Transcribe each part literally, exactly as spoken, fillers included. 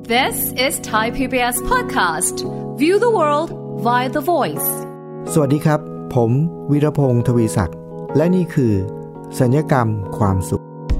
This is Thai พี บี เอส podcast. View the world via the voice. สวัสดีครับผมวีรพงศ์ทวีศักดิ์และนี่คือสัญญกรรมความสุข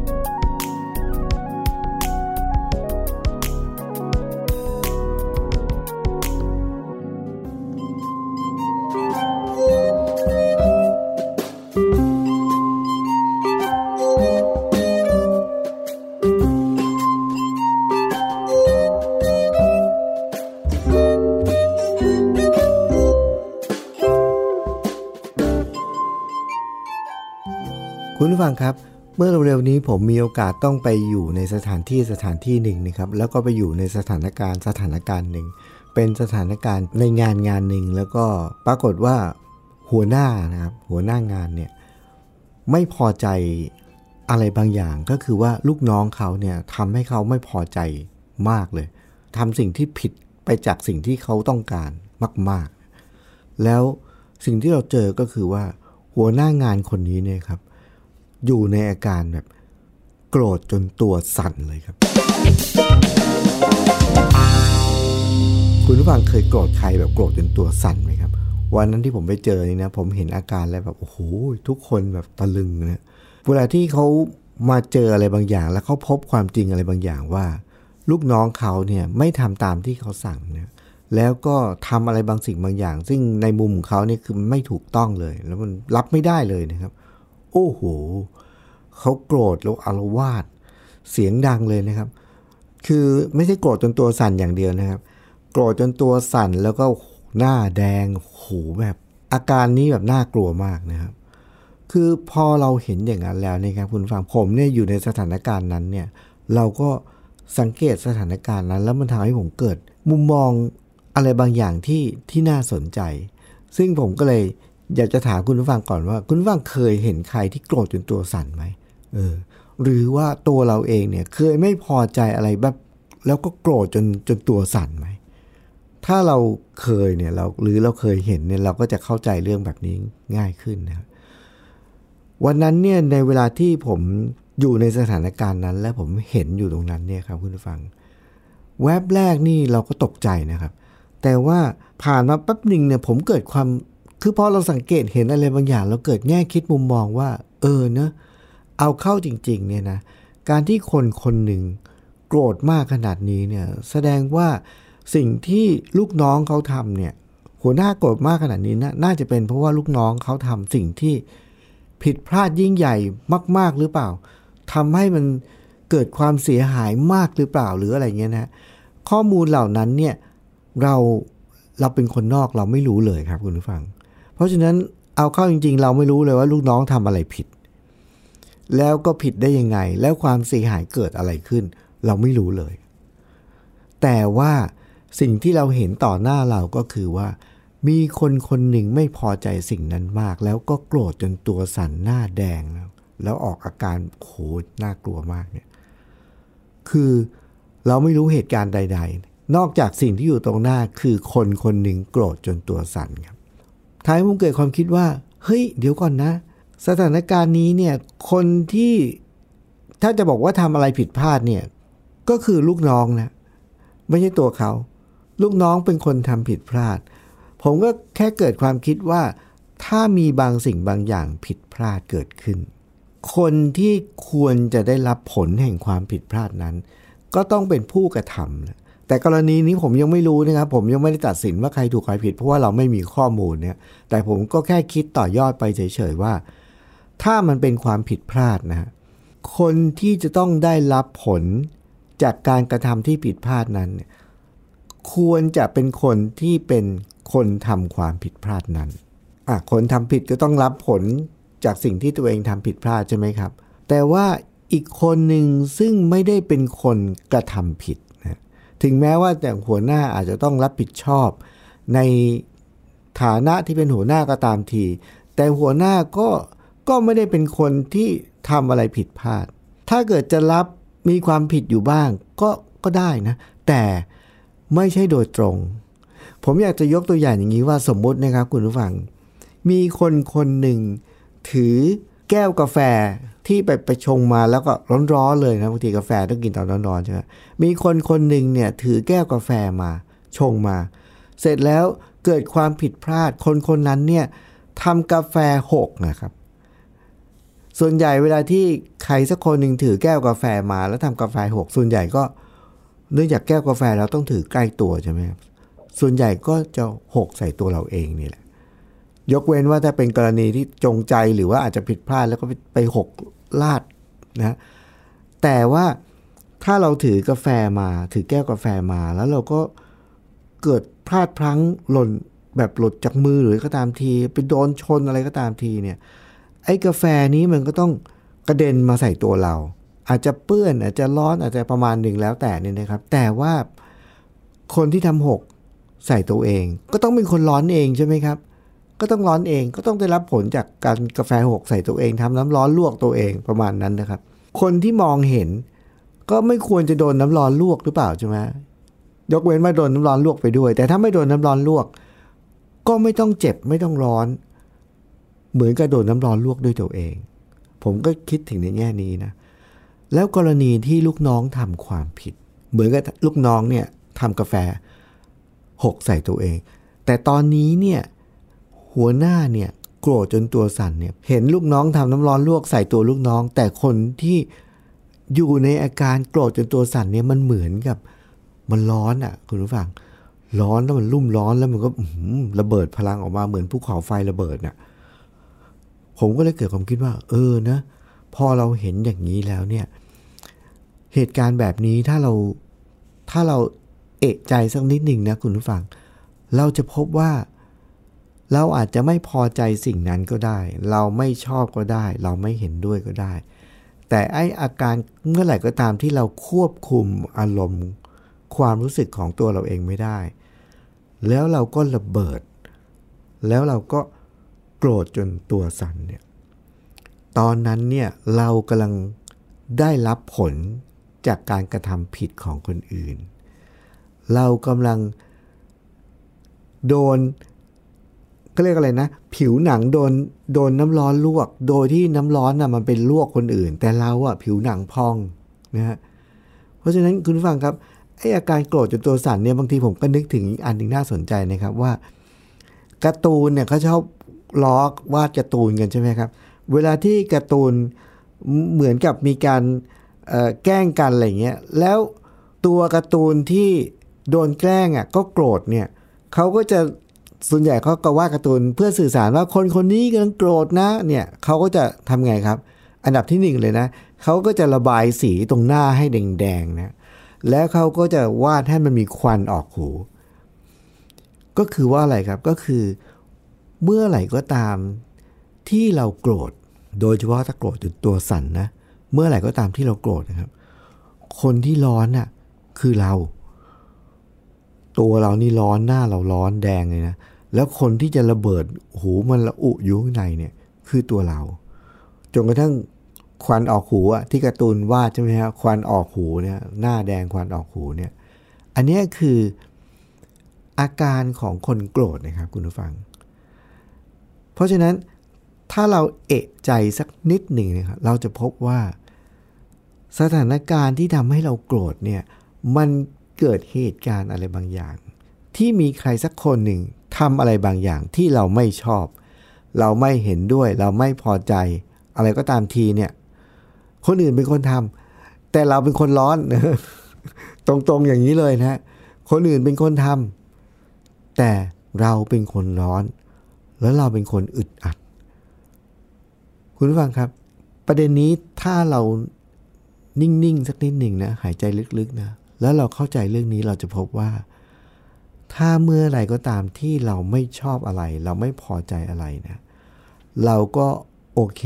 คุณผู้ฟังครับเมื่อเร็วๆนี้ผมมีโอกาสต้องไปอยู่ในสถานที่สถานที่หนึ่งนะครับแล้วก็ไปอยู่ในสถานการณ์สถานการณ์หนึ่งเป็นสถานการณ์ในงานงานหนึ่งแล้วก็ปรากฏว่าหัวหน้านะครับหัวหน้างานเนี่ยไม่พอใจอะไรบางอย่างก็คือว่าลูกน้องเขาเนี่ยทำให้เขาไม่พอใจมากเลยทำสิ่งที่ผิดไปจากสิ่งที่เขาต้องการมากๆแล้วสิ่งที่เราเจอก็คือว่าหัวหน้างานคนนี้เนี่ยครับอยู่ในอาการแบบโกรธจนตัวสั่นเลยครับคุณผู้ฟังเคยโกรธใครแบบโกรธจนตัวสั่นไหมครับวันนั้นที่ผมไปเจอนี่นะผมเห็นอาการแล้วแบบโอ้โหทุกคนแบบตะลึงนะเวลาที่เขามาเจออะไรบางอย่างแล้วเขาพบความจริงอะไรบางอย่างว่าลูกน้องเขาเนี่ยไม่ทำตามที่เขาสั่งเนี่ยแล้วก็ทำอะไรบางสิ่งบางอย่างซึ่งในมุมของเขาเนี่ยคือไม่ถูกต้องเลยแล้วมันรับไม่ได้เลยนะครับโอ้โหเขาโกรธแล้วอาละวาดเสียงดังเลยนะครับคือไม่ใช่โกรธจนตัวสั่นอย่างเดียวนะครับโกรธจนตัวสั่นแล้วก็หน้าแดงโหแบบอาการนี้แบบน่ากลัวมากนะครับคือพอเราเห็นอย่างนั้นแล้วนะครับคุณฟังผมเนี่ยอยู่ในสถานการณ์นั้นเนี่ยเราก็สังเกตสถานการณ์นั้นแล้วมันทำให้ผมเกิดมุมมองอะไรบางอย่างที่ที่น่าสนใจซึ่งผมก็เลยอยากจะถามคุณผู้ฟังก่อนว่าคุณผู้ฟังเคยเห็นใครที่โกรธจนตัวสั่นไหมเออหรือว่าตัวเราเองเนี่ยเคยไม่พอใจอะไรแบบแล้วก็โกรธจนจนตัวสั่นไหมถ้าเราเคยเนี่ยเราหรือเราเคยเห็นเนี่ยเราก็จะเข้าใจเรื่องแบบนี้ง่ายขึ้นนะครับวันนั้นเนี่ยในเวลาที่ผมอยู่ในสถานการณ์นั้นและผมเห็นอยู่ตรงนั้นเนี่ยครับคุณผู้ฟังแวบแรกนี่เราก็ตกใจนะครับแต่ว่าผ่านมาแป๊บนึงเนี่ยผมเกิดความคือพอเราสังเกตเห็นอะไรบางอย่างเราเกิดแง่คิดมุมมองว่าเออเนอะเอาเข้าจริงๆเนี่ยนะการที่คนคนหนึ่งโกรธมากขนาดนี้เนี่ยแสดงว่าสิ่งที่ลูกน้องเขาทำเนี่ยหัวหน้าโกรธมากขนาดนี้นะน่าจะเป็นเพราะว่าลูกน้องเขาทำสิ่งที่ผิดพลาดยิ่งใหญ่มากๆหรือเปล่าทำให้มันเกิดความเสียหายมากหรือเปล่าหรืออะไรเงี้ยนะข้อมูลเหล่านั้นเนี่ยเราเราเป็นคนนอกเราไม่รู้เลยครับคุณผู้ฟังเพราะฉะนั้นเอาเข้าจริงๆเราไม่รู้เลยว่าลูกน้องทำอะไรผิดแล้วก็ผิดได้ยังไงแล้วความเสียหายเกิดอะไรขึ้นเราไม่รู้เลยแต่ว่าสิ่งที่เราเห็นต่อหน้าเราก็คือว่ามีคนคนหนึ่งไม่พอใจสิ่งนั้นมากแล้วก็โกรธจนตัวสั่นหน้าแดงแล้วแล้วออกอาการโหน่ากลัวมากเนี่ยคือเราไม่รู้เหตุการณ์ใดๆนอกจากสิ่งที่อยู่ตรงหน้าคือคนคนหนึ่งโกรธจนตัวสั่นครับท้ายผมเกิดความคิดว่าเฮ้ยเดี๋ยวก่อนนะสถานการณ์นี้เนี่ยคนที่ถ้าจะบอกว่าทำอะไรผิดพลาดเนี่ยก็คือลูกน้องนะไม่ใช่ตัวเขาลูกน้องเป็นคนทำผิดพลาดผมก็แค่เกิดความคิดว่าถ้ามีบางสิ่งบางอย่างผิดพลาดเกิดขึ้นคนที่ควรจะได้รับผลแห่งความผิดพลาดนั้นก็ต้องเป็นผู้กระทำนะแต่กรณีนี้ผมยังไม่รู้นะครับผมยังไม่ได้ตัดสินว่าใครถูกใครผิดเพราะว่าเราไม่มีข้อมูลเนี่ยแต่ผมก็แค่คิดต่อยอดไปเฉยๆว่าถ้ามันเป็นความผิดพลาดนะคนที่จะต้องได้รับผลจากการกระทำที่ผิดพลาดนั้นควรจะเป็นคนที่เป็นคนทำความผิดพลาดนั้นอ่ะคนทำผิดก็ต้องรับผลจากสิ่งที่ตัวเองทำผิดพลาดใช่ไหมครับแต่ว่าอีกคนหนึ่งซึ่งไม่ได้เป็นคนกระทำผิดนะถึงแม้ว่าแต่หัวหน้าอาจจะต้องรับผิดชอบในฐานะที่เป็นหัวหน้าก็ตามทีแต่หัวหน้าก็ก็ไม่ได้เป็นคนที่ทำอะไรผิดพลาดถ้าเกิดจะรับมีความผิดอยู่บ้างก็ก็ได้นะแต่ไม่ใช่โดยตรงผมอยากจะยกตัวอย่างอย่างนี้ว่าสมมตินะครับคุณผู้ฟังมีคนคนหนึ่งถือแก้วกาแฟที่ไปไปชงมาแล้วก็ร้อนๆเลยนะบางทีกาแฟต้องกินตอนร้อนๆใช่ไหมมีคนคนหนึ่งเนี่ยถือแก้วกาแฟมาชงมาเสร็จแล้วเกิดความผิดพลาดคนคนนั้นเนี่ยทำกาแฟหกนะครับส่วนใหญ่เวลาที่ใครสักคนหนึ่งถือแก้วกาแฟมาแล้วทำกาแฟหกส่วนใหญ่ก็เนื่องจากแก้วกาแฟเราต้องถือใกล้ตัวใช่ไหมครับส่วนใหญ่ก็จะหกใส่ตัวเราเองนี่แหละยกเว้นว่าถ้าเป็นกรณีที่จงใจหรือว่าอาจจะผิดพลาดแล้วก็ไปหกลาดนะแต่ว่าถ้าเราถือกาแฟมาถือแก้วกาแฟมาแล้วเราก็เกิดพลาดพลั้งหล่นแบบหลุดจากมือหรือก็ตามทีไปโดนชนอะไรก็ตามทีเนี่ยไอ้กาแฟนี้มันก็ต้องกระเด็นมาใส่ตัวเราอาจจะเปื้อนอาจจะร้อนอาจจะประมาณหนึ่งแล้วแต่นี่นะครับแต่ว่าคนที่ทำหกใส่ตัวเองก็ต้องเป็นคนร้อนเองใช่ไหมครับก็ต้องร้อนเองก็ต้องได้รับผลจากการกาแฟหกใส่ตัวเองทำน้ำร้อนลวกตัวเองประมาณนั้นนะครับคนที่มองเห็นก็ไม่ควรจะโดนน้ำร้อนลวกหรือเปล่าใช่ไหมยกเว้นว่าโดนน้ำร้อนลวกไปด้วยแต่ถ้าไม่โดนน้ำร้อนลวกก็ไม่ต้องเจ็บไม่ต้องร้อนเหมือนกับโดนน้ำร้อนลวกด้วยตัวเองผมก็คิดถึงในแง่นี้นะแล้วกรณีที่ลูกน้องทำความผิดเหมือนกับลูกน้องเนี่ยทำกาแฟหกใส่ตัวเองแต่ตอนนี้เนี่ยหัวหน้าเนี่ยโกรธจนตัวสั่นเนี่ยเห็นลูกน้องทำน้ำร้อนลวกใส่ตัวลูกน้องแต่คนที่อยู่ในอาการโกรธจนตัวสั่นเนี่ยมันเหมือนกับมันร้อนอ่ะคุณผู้ฟังร้อนแล้วมันรุ่มร้อนแล้วมันก็ระเบิดพลังออกมาเหมือนภูเขาไฟระเบิดน่ะผมก็เลยเกิดความคิดว่าเออนะพอเราเห็นอย่างนี้แล้วเนี่ยเหตุการณ์แบบนี้ถ้าเราถ้าเราเอะใจสักนิดหนึ่งนะคุณผู้ฟังเราจะพบว่าเราอาจจะไม่พอใจสิ่งนั้นก็ได้เราไม่ชอบก็ได้เราไม่เห็นด้วยก็ได้แต่ไอ้อาการเมื่อไหร่ก็ตามที่เราควบคุมอารมณ์ความรู้สึกของตัวเราเองไม่ได้แล้วเราก็ระเบิดแล้วเราก็โกรธจนตัวสั่นเนี่ยตอนนั้นเนี่ยเรากำลังได้รับผลจากการกระทำผิดของคนอื่นเรากำลังโดนก็เรียกอะไรนะผิวหนังโดนโดนน้ำร้อนลวกโดยที่น้ำร้อนน่ะมันเป็นลวกคนอื่นแต่เราอะผิวหนังพองนะฮะเพราะฉะนั้นคุณผู้ฟังครับไอ้อาการโกรธจนตัวสั่นเนี่ยบางทีผมก็นึกถึงอีกอันนึงน่าสนใจนะครับว่าการ์ตูนเนี่ยเขาชอบล้อวาดการ์ตูนกันใช่ไหมครับเวลาที่การ์ตูนเหมือนกับมีการเอ่อแกล้งกันอะไรเงี้ยแล้วตัวการ์ตูนที่โดนแกล้งอ่ะก็โกรธเนี่ยเขาก็จะส่วนใหญ่เขาก็วาดการ์ตูนเพื่อสื่อสารว่าคนคนนี้กำลังโกรธนะเนี่ยเขาก็จะทำไงครับอันดับที่หนึ่งเลยนะเขาก็จะระบายสีตรงหน้าให้แดงๆนะแล้วเขาก็จะวาดให้มันมีควันออกหูก็คือว่าอะไรครับก็คือเมื่อไหร่ก็ตามที่เราโกรธโดยเฉพาะถ้าโกรธจนตัวสั่นนะเมื่อไหร่ก็ตามที่เราโกรธนะครับคนที่ร้อนน่ะคือเราตัวเรานี่ร้อนหน้าเราร้อนแดงเลยนะแล้วคนที่จะระเบิดหูมันระอุอยู่ข้างในเนี่ยคือตัวเราจนกระทั่งควันออกหูอะที่การ์ตูนวาดใช่ไหมครับควันออกหูเนี่ยหน้าแดงควันออกหูเนี่ยอันนี้คืออาการของคนโกรธนะครับคุณผู้ฟังเพราะฉะนั้นถ้าเราเอะใจสักนิดหนึ่งนะครับเราจะพบว่าสถานการณ์ที่ทำให้เราโกรธเนี่ยมันเกิดเหตุการณ์อะไรบางอย่างที่มีใครสักคนหนึ่งทำอะไรบางอย่างที่เราไม่ชอบเราไม่เห็นด้วยเราไม่พอใจอะไรก็ตามทีเนี่ยคนอื่นเป็นคนทำแต่เราเป็นคนร้อน ตรงๆอย่างนี้เลยนะคนอื่นเป็นคนทำแต่เราเป็นคนร้อนแล้วเราเป็นคนอึดอัดคุณผู้ฟังครับประเด็นนี้ถ้าเรานิ่งๆสักนิดหนึ่งนะหายใจลึกๆนะแล้วเราเข้าใจเรื่องนี้เราจะพบว่าถ้าเมื่อไหร่ก็ตามที่เราไม่ชอบอะไรเราไม่พอใจอะไรนะเราก็โอเค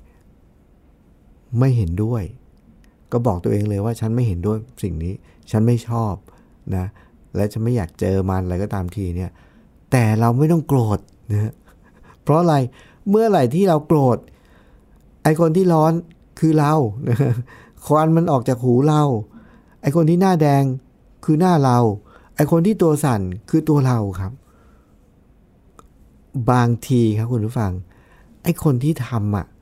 ไม่เห็นด้วยก็บอกตัวเองเลยว่าฉันไม่เห็นด้วยสิ่งนี้ฉันไม่ชอบนะและฉันไม่อยากเจอมันอะไรก็ตามทีเนี่ยแต่เราไม่ต้องโกรธนะเพราะอะไรเมื่อไหร่ที่เราโกรธไอ้คนที่ร้อนคือเรานะควันมันออกจากหูเราไอ้คนที่หน้าแดงคือหน้าเราไอ้คนที่ตัวสั่นคือตัวเราครับบางทีครับคุณผู้ฟังไอ้คนที่ทำอ่ะ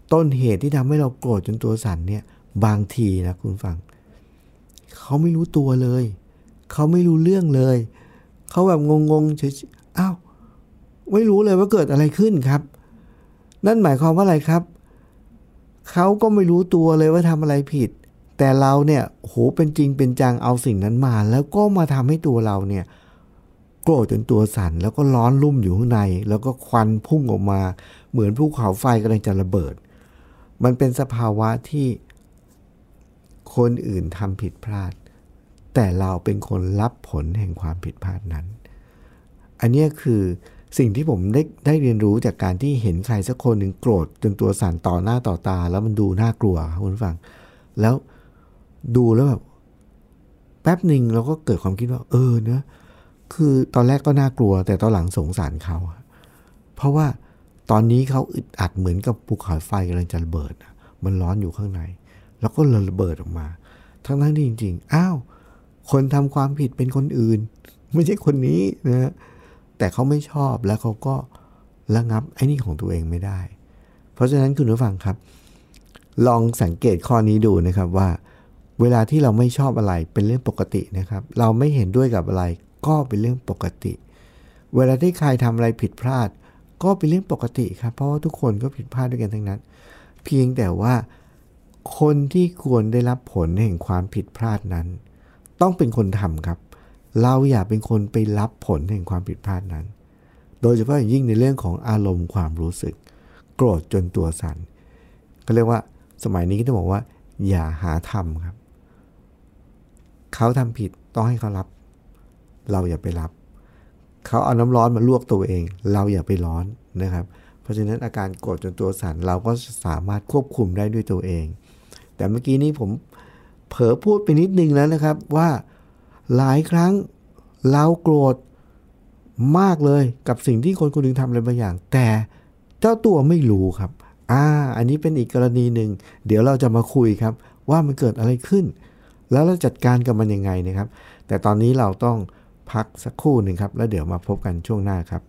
ต้นเหตุที่ทำให้เราโกรธจนตัวสั่นเนี่ยบางทีนะคุณฟังเขาไม่รู้ตัวเลยเขาไม่รู้เรื่องเลยเขาแบบงงๆเฉยๆอ้าวไม่รู้เลยว่าเกิดอะไรขึ้นครับนั่นหมายความว่าอะไรครับเขาก็ไม่รู้ตัวเลยว่าทำอะไรผิดแต่เราเนี่ยโหเป็นจริงเป็นจังเอาสิ่งนั้นมาแล้วก็มาทำให้ตัวเราเนี่ยโกรธจนตัวสั่นแล้วก็ร้อนรุ่มอยู่ข้างในแล้วก็ควันพุ่งออกมาเหมือนภูเขาไฟกำลังจะระเบิดมันเป็นสภาวะที่คนอื่นทำผิดพลาดแต่เราเป็นคนรับผลแห่งความผิดพลาดนั้นอันนี้คือสิ่งที่ผมได้ได้เรียนรู้จากการที่เห็นใครสักคนหนึ่งโกรธจนตัวสั่นต่อหน้าต่อตาแล้วมันดูน่ากลัวครับคุณผู้ฟังแล้วดูแล้วแบบแป๊บหนึ่งเราก็เกิดความคิดว่าเออเนอะคือตอนแรกก็น่ากลัวแต่ตอนหลังสงสารเขาเพราะว่าตอนนี้เขาอึดอัดเหมือนกับภูเขาไฟกำลังจะระเบิดมันร้อนอยู่ข้างในแล้วก็ระเบิดออกมาทั้งนั้นที่จริงๆอ้าวคนทำความผิดเป็นคนอื่นไม่ใช่คนนี้นะแต่เขาไม่ชอบแล้วเขาก็ระงับไอ้นี่ของตัวเองไม่ได้เพราะฉะนั้นคุณผู้ฟังครับลองสังเกตข้อนี้ดูนะครับว่าเวลาที่เราไม่ชอบอะไรเป็นเรื่องปกตินะครับเราไม่เห็นด้วยกับอะไรก็เป็นเรื่องปกติเวลาที่ใครทำอะไรผิดพลาดก็เป็นเรื่องปกติครับเพราะว่าทุกคนก็ผิดพลาดด้วยกันทั้งนั้นเพียงแต่ว่าคนที่ควรได้รับผลแห่งความผิดพลาดนั้นต้องเป็นคนทำครับเราอย่าเป็นคนไปรับผลแห่งความผิดพลาดนั้นโดยเฉพาะอย่างยิ่งในเรื่องของอารมณ์ความรู้สึกโกรธจนตัวสั่นก็เรียกว่าสมัยนี้ก็ต้องบอกว่าอย่าหาทำครับเขาทำผิดต้องให้เขารับเราอย่าไปรับเขาเอาน้ำร้อนมาลวกตัวเองเราอย่าไปร้อนนะครับเพราะฉะนั้นอาการโกรธจนตัวสั่นเราก็สามารถควบคุมได้ด้วยตัวเองแต่เมื่อกี้นี้ผมเผลอพูดไปนิดนึงแล้วนะครับว่าหลายครั้งเราโกรธมากเลยกับสิ่งที่คนคนหนึ่งทำอะไรบางอย่างแต่เจ้าตัวไม่รู้ครับอ่าอันนี้เป็นอีกกรณีหนึ่งเดี๋ยวเราจะมาคุยครับว่ามันเกิดอะไรขึ้นแล้วเราจัดการกับมันยังไงนะครับแต่ตอนนี้เราต้องพักสักครู่หนึ่งครับแล้วเดี๋ยวมาพบกันช่วงหน้าครับ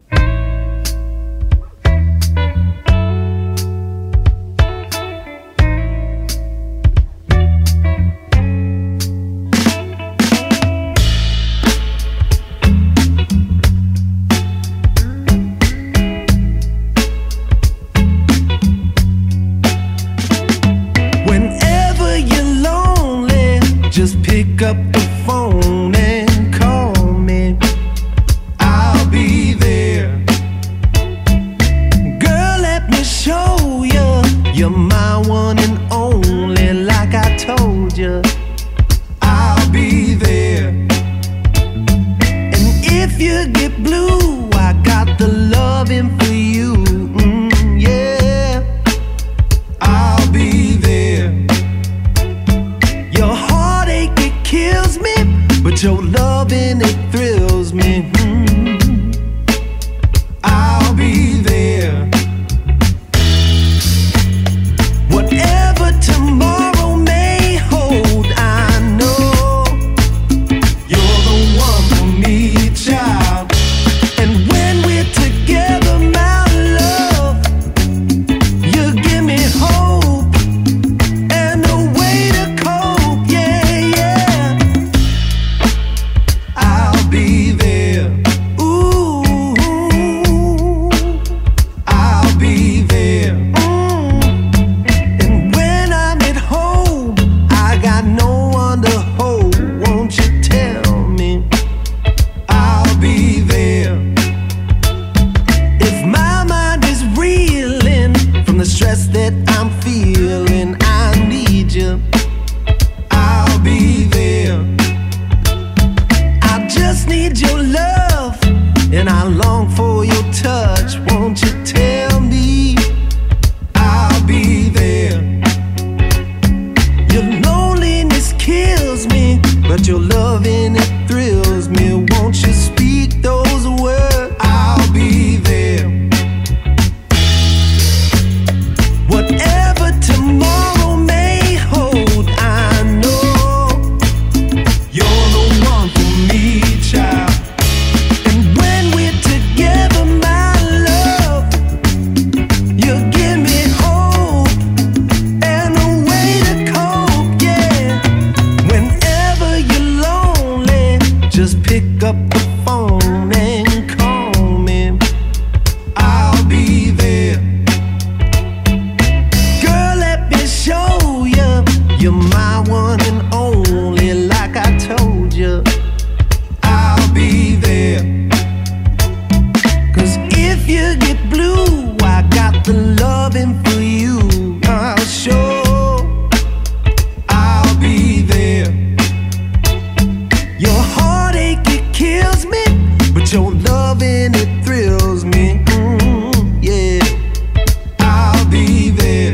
Just pick up the phone and call me. I'll be there. Girl, let me show you. You're my one and only, like I told you. I'll be there. And if you get blue, I got the loving for you. Mm, yeah, I'll be there.Your heartache, it kills me, but your loving, it thrills me. Mm-hmm. I'll be there. Whatever tomorrow may hold, I know you're the one for me, child. And when we're together, my love, you give me hope.And a way to cope, yeah, yeah. I'll be there. just pick up the phone and call me. I'll be there. Girl, let me show you, you're my one and only. Like I told you, I'll be there. 'Cause if you get blue, I got the loving for you. I'll show I'll be there. Your heartache, it kills me, but your loving, it thrills me. Mm, yeah, I'll be there.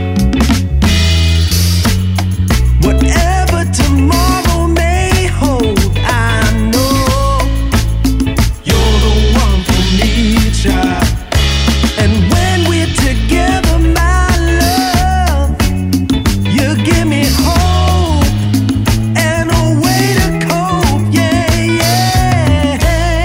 Whatever tomorrow may hold, I know you're the one for me, child. And when we're together, my love, you give me hope and a way to cope. Yeah, yeah.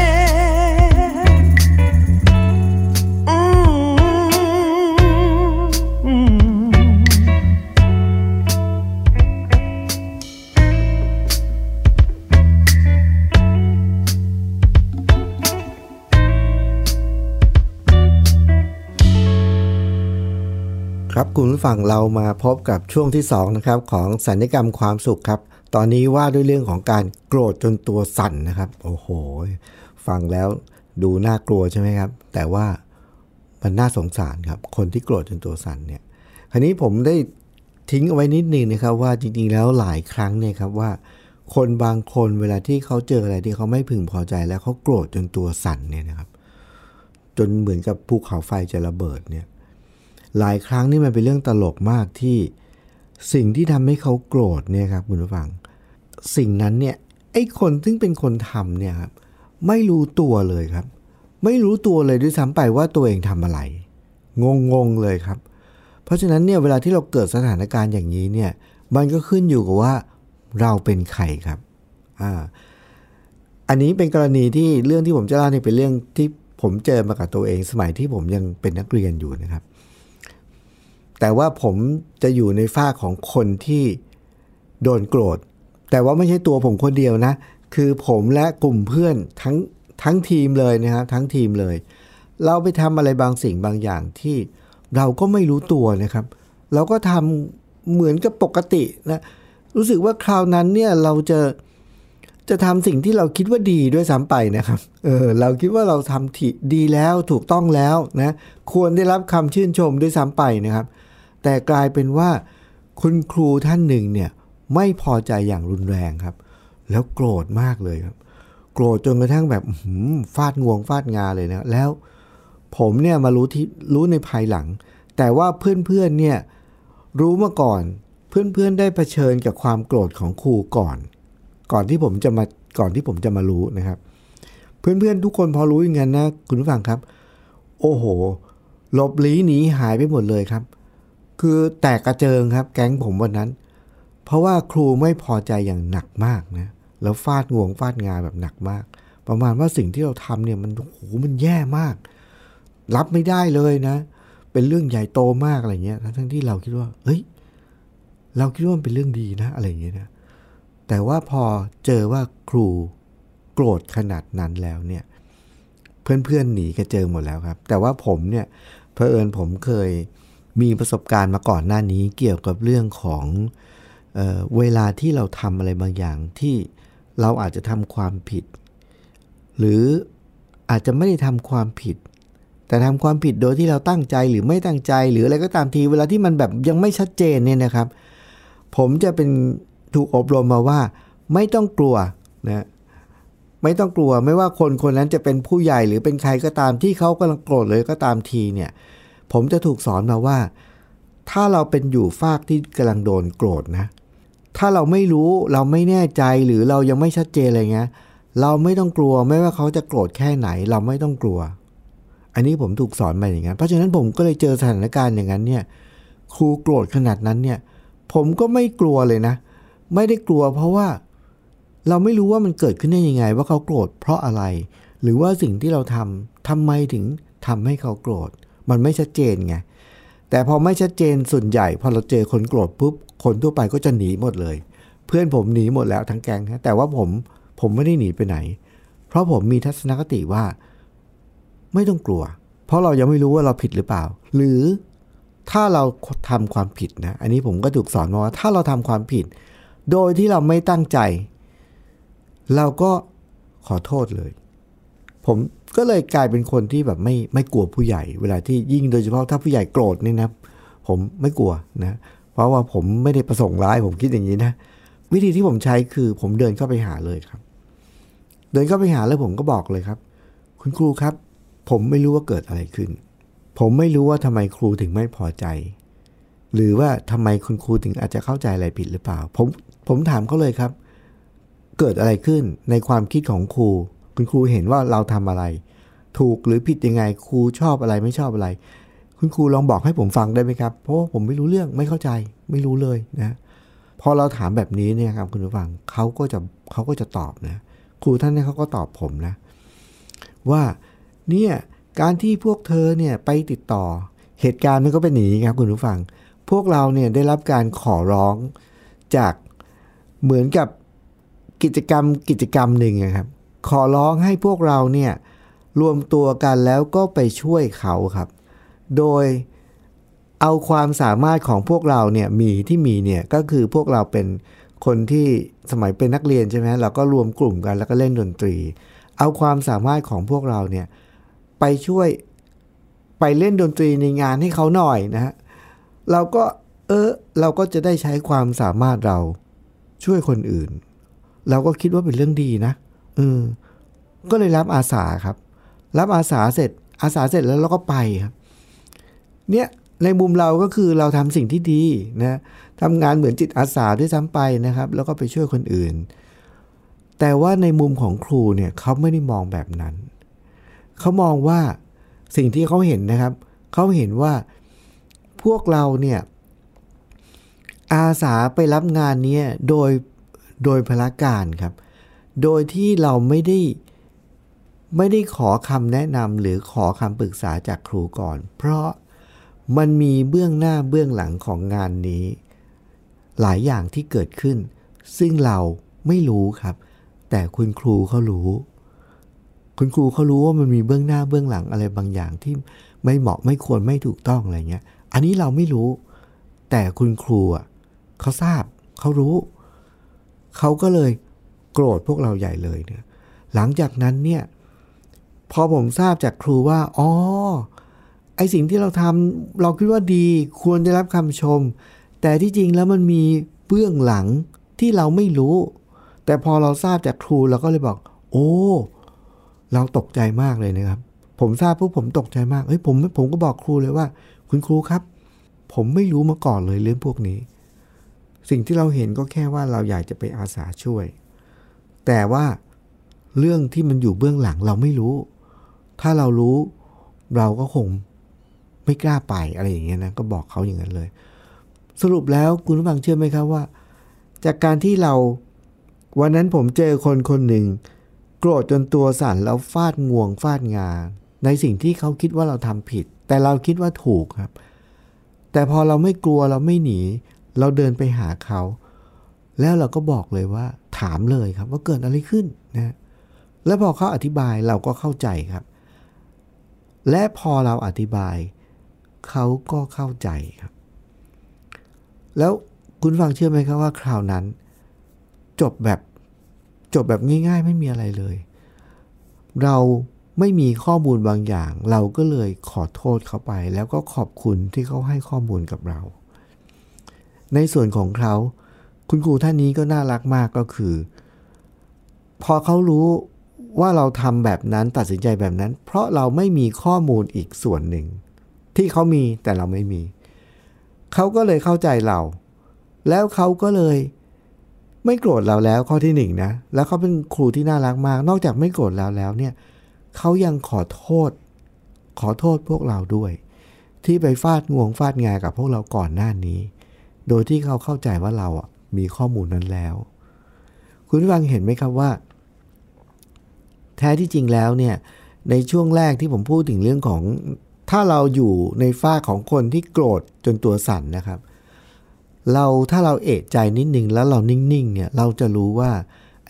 ครับคุณผู้ฟังเรามาพบกับช่วงที่สองนะครับของสัญญกรรมความสุขครับตอนนี้ว่าด้วยเรื่องของการโกรธจนตัวสั่นนะครับโอ้โหฟังแล้วดูน่ากลัวใช่ไหมครับแต่ว่ามันน่าสงสารครับคนที่โกรธจนตัวสั่นเนี่ยคราวนี้ผมได้ทิ้งเอาไว้นิดนึงนะครับว่าจริงๆแล้วหลายครั้งเนี่ยครับว่าคนบางคนเวลาที่เขาเจออะไรที่เขาไม่พึงพอใจแล้วเขาโกรธจนตัวสั่นเนี่ยนะครับจนเหมือนกับภูเขาไฟจะระเบิดเนี่ยหลายครั้งนี่มันเป็นเรื่องตลกมากที่สิ่งที่ทำให้เขาโกรธเนี่ยครับคุณผู้ฟังสิ่งนั้นเนี่ยไอ้คนซึ่งเป็นคนทำเนี่ยครับไม่รู้ตัวเลยครับไม่รู้ตัวเลยด้วยซ้ำไปว่าตัวเองทำอะไรงงๆเลยครับเพราะฉะนั้นเนี่ยเวลาที่เราเกิดสถานการณ์อย่างนี้เนี่ยมันก็ขึ้นอยู่กับว่าเราเป็นใครครับอ่าอันนี้เป็นกรณีที่เรื่องที่ผมจะเล่าเนี่ยเป็นเรื่องที่ผมเจอมากับตัวเองสมัยที่ผมยังเป็นนักเรียนอยู่นะครับแต่ว่าผมจะอยู่ในฝ้าของคนที่โดนโกรธแต่ว่าไม่ใช่ตัวผมคนเดียวนะคือผมและกลุ่มเพื่อนทั้งทั้งทีมเลยนะครับทั้งทีมเลยเราไปทำอะไรบางสิ่งบางอย่างที่เราก็ไม่รู้ตัวนะครับเราก็ทำเหมือนกับปกตินะรู้สึกว่าคราวนั้นเนี่ยเราจะจะทำสิ่งที่เราคิดว่าดีด้วยซ้ำไปนะครับเออเราคิดว่าเราทำที่ดีแล้วถูกต้องแล้วนะควรได้รับคำชื่นชมด้วยซ้ำไปนะครับแต่กลายเป็นว่าคุณครูท่านหนึ่งเนี่ยไม่พอใจอย่างรุนแรงครับแล้วโกรธมากเลยครับโกรธจนกระทั่งแบบฟาดงวงฟาดงาเลยนะแล้วผมเนี่ยมารู้ที่รู้ในภายหลังแต่ว่าเพื่อนๆเนี่ยรู้มาก่อนเพื่อนๆได้เผชิญกับความโกรธของครูก่อนก่อนที่ผมจะมาก่อนที่ผมจะมารู้นะครับเพื่อนๆทุกคนพอรู้อย่างนั้นนะคุณผู้ฟังครับโอ้โหหลบลี้หนีหายไปหมดเลยครับคือแตกกระเจิงครับแก๊งผมวันนั้นเพราะว่าครูไม่พอใจอย่างหนักมากนะแล้วฟาดงวงฟาดงาแบบหนักมากประมาณว่าสิ่งที่เราทำเนี่ยมันโอ้โหมันแย่มากรับไม่ได้เลยนะเป็นเรื่องใหญ่โตมากอะไรเงี้ยทั้งที่เราคิดว่าเฮ้ยเราคิดว่ามันเป็นเรื่องดีนะอะไรอย่างเงี้ยนะแต่ว่าพอเจอว่าครูโกรธขนาดนั้นแล้วเนี่ยเพื่อนๆหนีกระเจิงหมดแล้วครับแต่ว่าผมเนี่ยเผอิญผมเคยมีประสบการณ์มาก่อนหน้านี้เกี่ยวกับเรื่องของเอ่อเวลาที่เราทำอะไรบางอย่างที่เราอาจจะทำความผิดหรืออาจจะไม่ได้ทำความผิดแต่ทำความผิดโดยที่เราตั้งใจหรือไม่ตั้งใจหรืออะไรก็ตามทีเวลาที่มันแบบยังไม่ชัดเจนเนี่ยนะครับผมจะเป็นถูกอบรมมาว่าไม่ต้องกลัวนะไม่ต้องกลัวไม่ว่าคนคนนั้นจะเป็นผู้ใหญ่หรือเป็นใครก็ตามที่เขากำลังโกรธเลยก็ตามทีเนี่ยผมจะถูกสอนมาว่าถ้าเราเป็นอยู่ฝากที่กำลังโดนโกรธนะถ้าเราไม่รู้เราไม่แน่ใจหรือเรายังไม่ชัดเจนอะไรเงี้ยเราไม่ต้องกลัวไม่ว่าเขาจะโกรธแค่ไหนเราไม่ต้องกลัวอันนี้ผมถูกสอนมาอย่างนั้นเพราะฉะนั้นผมก็เลยเจอสถานการณ์อย่างนั้นเนี่ยครูโกรธขนาดนั้นเนี่ยผมก็ไม่กลัวเลยนะไม่ได้กลัวเพราะว่าเราไม่รู้ว่ามันเกิดขึ้นได้ยังไงว่าเขาโกรธเพราะอะไรหรือว่าสิ่งที่เราทำทำไมถึงทำให้เขาโกรธมันไม่ชัดเจนไงแต่พอไม่ชัดเจนส่วนใหญ่พอเราเจอคนโกรธปุ๊บคนทั่วไปก็จะหนีหมดเลยเพื่อนผมหนีหมดแล้วทั้งแก๊งแต่ว่าผมผมไม่ได้หนีไปไหนเพราะผมมีทัศนคติว่าไม่ต้องกลัวเพราะเรายังไม่รู้ว่าเราผิดหรือเปล่าหรือถ้าเราทำความผิดนะอันนี้ผมก็ถูกสอนมาว่าถ้าเราทำความผิดโดยที่เราไม่ตั้งใจเราก็ขอโทษเลยผมก็เลยกลายเป็นคนที่แบบไม่ไม่กลัวผู้ใหญ่เวลาที่ยิ่งโดยเฉพาะถ้าผู้ใหญ่โกรธนี่นะผมไม่กลัวนะเพราะว่าผมไม่ได้ประสงค์ร้ายผมคิดอย่างนี้นะวิธีที่ผมใช้คือผมเดินเข้าไปหาเลยครับเดินเข้าไปหาแล้วผมก็บอกเลยครับคุณครูครับผมไม่รู้ว่าเกิดอะไรขึ้นผมไม่รู้ว่าทำไมครูถึงไม่พอใจหรือว่าทำไมคุณครูถึงอาจจะเข้าใจอะไรผิดหรือเปล่าผมผมถามเขาเลยครับเกิดอะไรขึ้นในความคิดของครูคุณครูเห็นว่าเราทำอะไรถูกหรือผิดยังไงครูชอบอะไรไม่ชอบอะไรคุณครูลองบอกให้ผมฟังได้ไหมครับเพราะผมไม่รู้เรื่องไม่เข้าใจไม่รู้เลยนะพอเราถามแบบนี้เนี่ยครับคุณผู้ฟังเขาก็จะเขาก็จะตอบนะครูท่านนี้เขาก็ตอบผมนะว่าเนี่ยการที่พวกเธอเนี่ยไปติดต่อเหตุการณ์มันก็เป็นอย่างนี้ครับคุณผู้ฟังพวกเราเนี่ยได้รับการขอร้องจากเหมือนกับกิจกรรมกิจกรรมหนึ่งนะครับขอร้องให้พวกเราเนี่ยรวมตัวกันแล้วก็ไปช่วยเขาครับโดยเอาความสามารถของพวกเราเนี่ยมีที่มีเนี่ยก็คือพวกเราเป็นคนที่สมัยเป็นนักเรียนใช่ไหมเราก็รวมกลุ่มกันแล้วก็เล่นดนตรีเอาความสามารถของพวกเราเนี่ยไปช่วยไปเล่นดนตรีในงานให้เขาหน่อยนะฮะเราก็เออเราก็จะได้ใช้ความสามารถเราช่วยคนอื่นเราก็คิดว่าเป็นเรื่องดีนะเออก็เลยรับอาสาครับรับอาสาเสร็จอาสาเสร็จแล้วเราก็ไปครับเนี่ยในมุมเราก็คือเราทำสิ่งที่ดีนะทำงานเหมือนจิตอาสาด้วยซ้ำไปนะครับแล้วก็ไปช่วยคนอื่นแต่ว่าในมุมของครูเนี่ยเขาไม่ได้มองแบบนั้นเขามองว่าสิ่งที่เขาเห็นนะครับเขาเห็นว่าพวกเราเนี่ยอาสาไปรับงานนี้โดยโดยพละการครับโดยที่เราไม่ได้ไม่ได้ขอคำแนะนำหรือขอคำปรึกษาจากครูก่อนเพราะมันมีเบื้องหน้าเบื้องหลังของงานนี้หลายอย่างที่เกิดขึ้นซึ่งเราไม่รู้ครับแต่คุณครูเขารู้คุณครูเขารู้ว่ามันมีเบื้องหน้าเบื้องหลังอะไรบางอย่างที่ไม่เหมาะไม่ควรไม่ถูกต้องอะไรเงี้ยอันนี้เราไม่รู้แต่คุณครูอ่ะเขาทราบเขารู้เขาก็เลยโกรธพวกเราใหญ่เลยเนี่ยหลังจากนั้นเนี่ยพอผมทราบจากครูว่าอ๋อไอสิ่งที่เราทำเราคิดว่าดีควรได้รับคำชมแต่ที่จริงแล้วมันมีเบื้องหลังที่เราไม่รู้แต่พอเราทราบจากครูเราก็เลยบอกโอ้เราตกใจมากเลยนะครับผมทราบปุ๊บผมตกใจมากเฮ้ยผมผมก็บอกครูเลยว่าคุณครูครับผมไม่รู้มาก่อนเลยเรื่องพวกนี้สิ่งที่เราเห็นก็แค่ว่าเราอยากจะไปอาสาช่วยแต่ว่าเรื่องที่มันอยู่เบื้องหลังเราไม่รู้ถ้าเรารู้เราก็คงไม่กล้าไปอะไรอย่างเงี้ยนะก็บอกเขาอย่างนั้นเลยสรุปแล้วคุณผู้ฟังเชื่อไหมครับว่าจากการที่เราวันนั้นผมเจอคนคนหนึ่งโกรธจนตัวสั่นแล้วฟาดงวงฟาดงาในสิ่งที่เขาคิดว่าเราทำผิดแต่เราคิดว่าถูกครับแต่พอเราไม่กลัวเราไม่หนีเราเดินไปหาเขาแล้วเราก็บอกเลยว่าถามเลยครับว่าเกิดอะไรขึ้นนะแล้วพอเขาอธิบายเราก็เข้าใจครับและพอเราอธิบายเขาก็เข้าใจครับแล้วคุณฟังเชื่อไหมครับว่าคราวนั้นจบแบบจบแบบง่ายๆไม่มีอะไรเลยเราไม่มีข้อมูลบางอย่างเราก็เลยขอโทษเขาไปแล้วก็ขอบคุณที่เขาให้ข้อมูลกับเราในส่วนของเขาคุณครูท่านนี้ก็น่ารักมากก็คือพอเขารู้ว่าเราทำแบบนั้นตัดสินใจแบบนั้นเพราะเราไม่มีข้อมูลอีกส่วนหนึ่งที่เขามีแต่เราไม่มีเขาก็เลยเข้าใจเราแล้วเขาก็เลยไม่โกรธเราแล้วข้อที่หนึ่งนะแล้วเขาเป็นครูที่น่ารักมากนอกจากไม่โกรธเราแล้วเนี่ยเขายังขอโทษขอโทษพวกเราด้วยที่ไปฟาดงวงฟาดงากับพวกเราก่อนหน้านี้โดยที่เขาเข้าใจว่าเราอ่ะมีข้อมูลนั้นแล้วคุณผู้ฟังเห็นไหมครับว่าแท้ที่จริงแล้วเนี่ยในช่วงแรกที่ผมพูดถึงเรื่องของถ้าเราอยู่ในฝ้าของคนที่โกรธจนตัวสั่นนะครับเราถ้าเราเอะใจนิดนึงแล้วเรานิ่งๆเนี่ยเราจะรู้ว่าไอ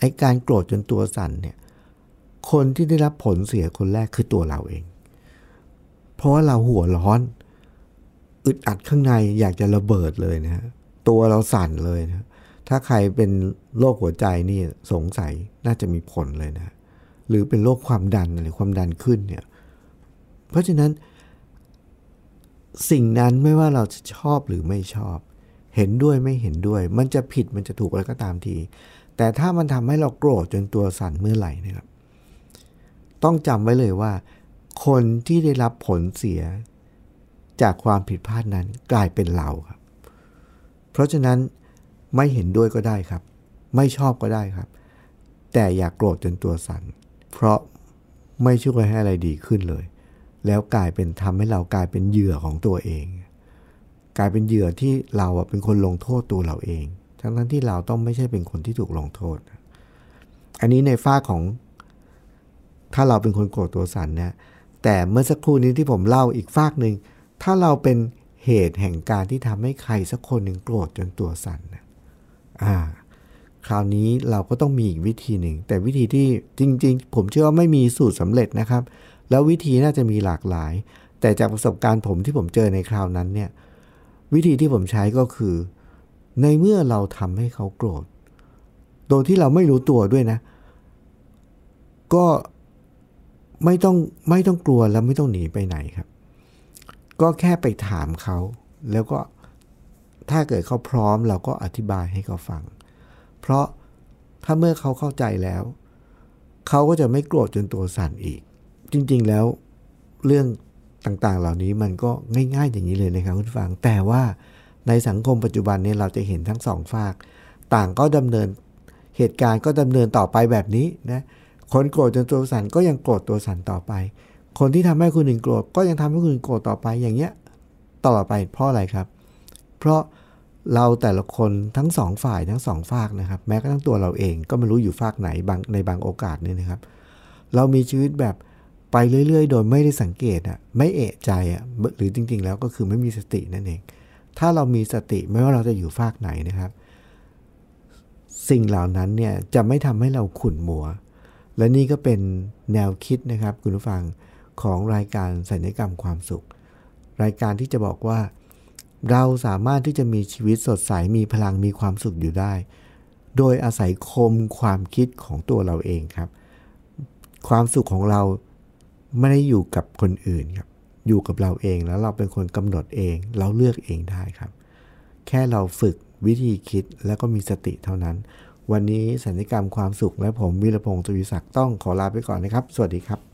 อ้การโกรธจนตัวสั่นเนี่ยคนที่ได้รับผลเสียคนแรกคือตัวเราเองเพราะว่าเราหัวร้อนอึดอัดข้างในอยากจะระเบิดเลยนะฮะตัวเราสั่นเลยนะถ้าใครเป็นโรคหัวใจนี่สงสัยน่าจะมีผลเลยนะหรือเป็นโรคความดันหรือความดันขึ้นเนี่ยเพราะฉะนั้นสิ่งนั้นไม่ว่าเราจะชอบหรือไม่ชอบเห็นด้วยไม่เห็นด้วยมันจะผิดมันจะถูกอะไรก็ตามทีแต่ถ้ามันทำให้เราโกรธจนตัวสั่นเมื่อไหร่นะครับต้องจำไว้เลยว่าคนที่ได้รับผลเสียจากความผิดพลาดนั้นกลายเป็นเราครับเพราะฉะนั้นไม่เห็นด้วยก็ได้ครับไม่ชอบก็ได้ครับแต่อย่าโกรธจนตัวสั่นเพราะไม่ช่วยให้อะไรดีขึ้นเลยแล้วกลายเป็นทำให้เรากลายเป็นเหยื่อของตัวเองกลายเป็นเหยื่อที่เราเป็นคนลงโทษตัวเราเองทั้งนั้นที่เราต้องไม่ใช่เป็นคนที่ถูกลงโทษอันนี้ในฝ้าของถ้าเราเป็นคนโกรธตัวสั่นนะแต่เมื่อสักครู่นี้ที่ผมเล่าอีกฝากหนึ่งถ้าเราเป็นเหตุแห่งการที่ทำให้ใครสักคนหนึ่งโกรธจนตัวสั่นนะอ่าคราวนี้เราก็ต้องมีอีกวิธีหนึ่งแต่วิธีที่จริงๆผมเชื่อว่าไม่มีสูตรสำเร็จนะครับแล้ววิธีน่าจะมีหลากหลายแต่จากประสบการณ์ผมที่ผมเจอในคราวนั้นเนี่ยวิธีที่ผมใช้ก็คือในเมื่อเราทำให้เขาโกรธโดยที่เราไม่รู้ตัวด้วยนะก็ไม่ต้องไม่ต้องกลัวและไม่ต้องหนีไปไหนครับก็แค่ไปถามเขาแล้วก็ถ้าเกิดเขาพร้อมเราก็อธิบายให้เขาฟังเพราะถ้าเมื่อเขาเข้าใจแล้วเขาก็จะไม่โกรธจนตัวสั่นอีกจริงๆแล้วเรื่องต่างๆเหล่านี้มันก็ง่ายๆอย่างนี้เลยนะครับคุณผู้ฟังแต่ว่าในสังคมปัจจุบันนี้เราจะเห็นทั้งสองฝากต่างก็ดำเนินเหตุการณ์ก็ดำเนินต่อไปแบบนี้นะคนโกรธจนตัวสั่นก็ยังโกรธตัวสั่นต่อไปคนที่ทำให้คนอื่นโกรธก็ยังทำให้คนอื่นโกรธต่อไปอย่างเงี้ยตลอดไปเพราะอะไรครับเพราะเราแต่ละคนทั้งสองฝ่ายทั้งสองฝากนะครับแม้กระทั่งตัวเราเองก็ไม่รู้อยู่ฝากไหนบางในบางโอกาสนี่นะครับเรามีชีวิตแบบไปเรื่อยๆโดยไม่ได้สังเกตอ่ะไม่เอะใจอ่ะหรือจริงๆแล้วก็คือไม่มีสตินั่นเองถ้าเรามีสติไม่ว่าเราจะอยู่ฝากไหนนะครับสิ่งเหล่านั้นเนี่ยจะไม่ทำให้เราขุ่นมัวและนี่ก็เป็นแนวคิดนะครับคุณผู้ฟังของรายการสัญญกรรมความสุขรายการที่จะบอกว่าเราสามารถที่จะมีชีวิตสดใสมีพลังมีความสุขอยู่ได้โดยอาศัยคมความคิดของตัวเราเองครับความสุขของเราไม่ได้อยู่กับคนอื่นครับอยู่กับเราเองแล้วเราเป็นคนกำหนดเองเราเลือกเองได้ครับแค่เราฝึกวิธีคิดแล้วก็มีสติเท่านั้นวันนี้สัญญกรรมความสุขและผมวีรพงษ์ ทวีศักดิ์ต้องขอลาไปก่อนนะครับสวัสดีครับ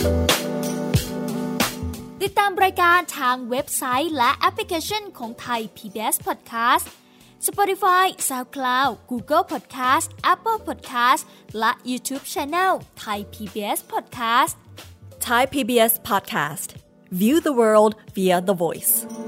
ติดตามรายการทางเว็บไซต์และแอปพลิเคชันของไทย พี บี เอส Podcast Spotify SoundCloud Google Podcast Apple Podcast และ YouTube Channel Thai พี บี เอส Podcast Thai พี บี เอส Podcast View the world via the voice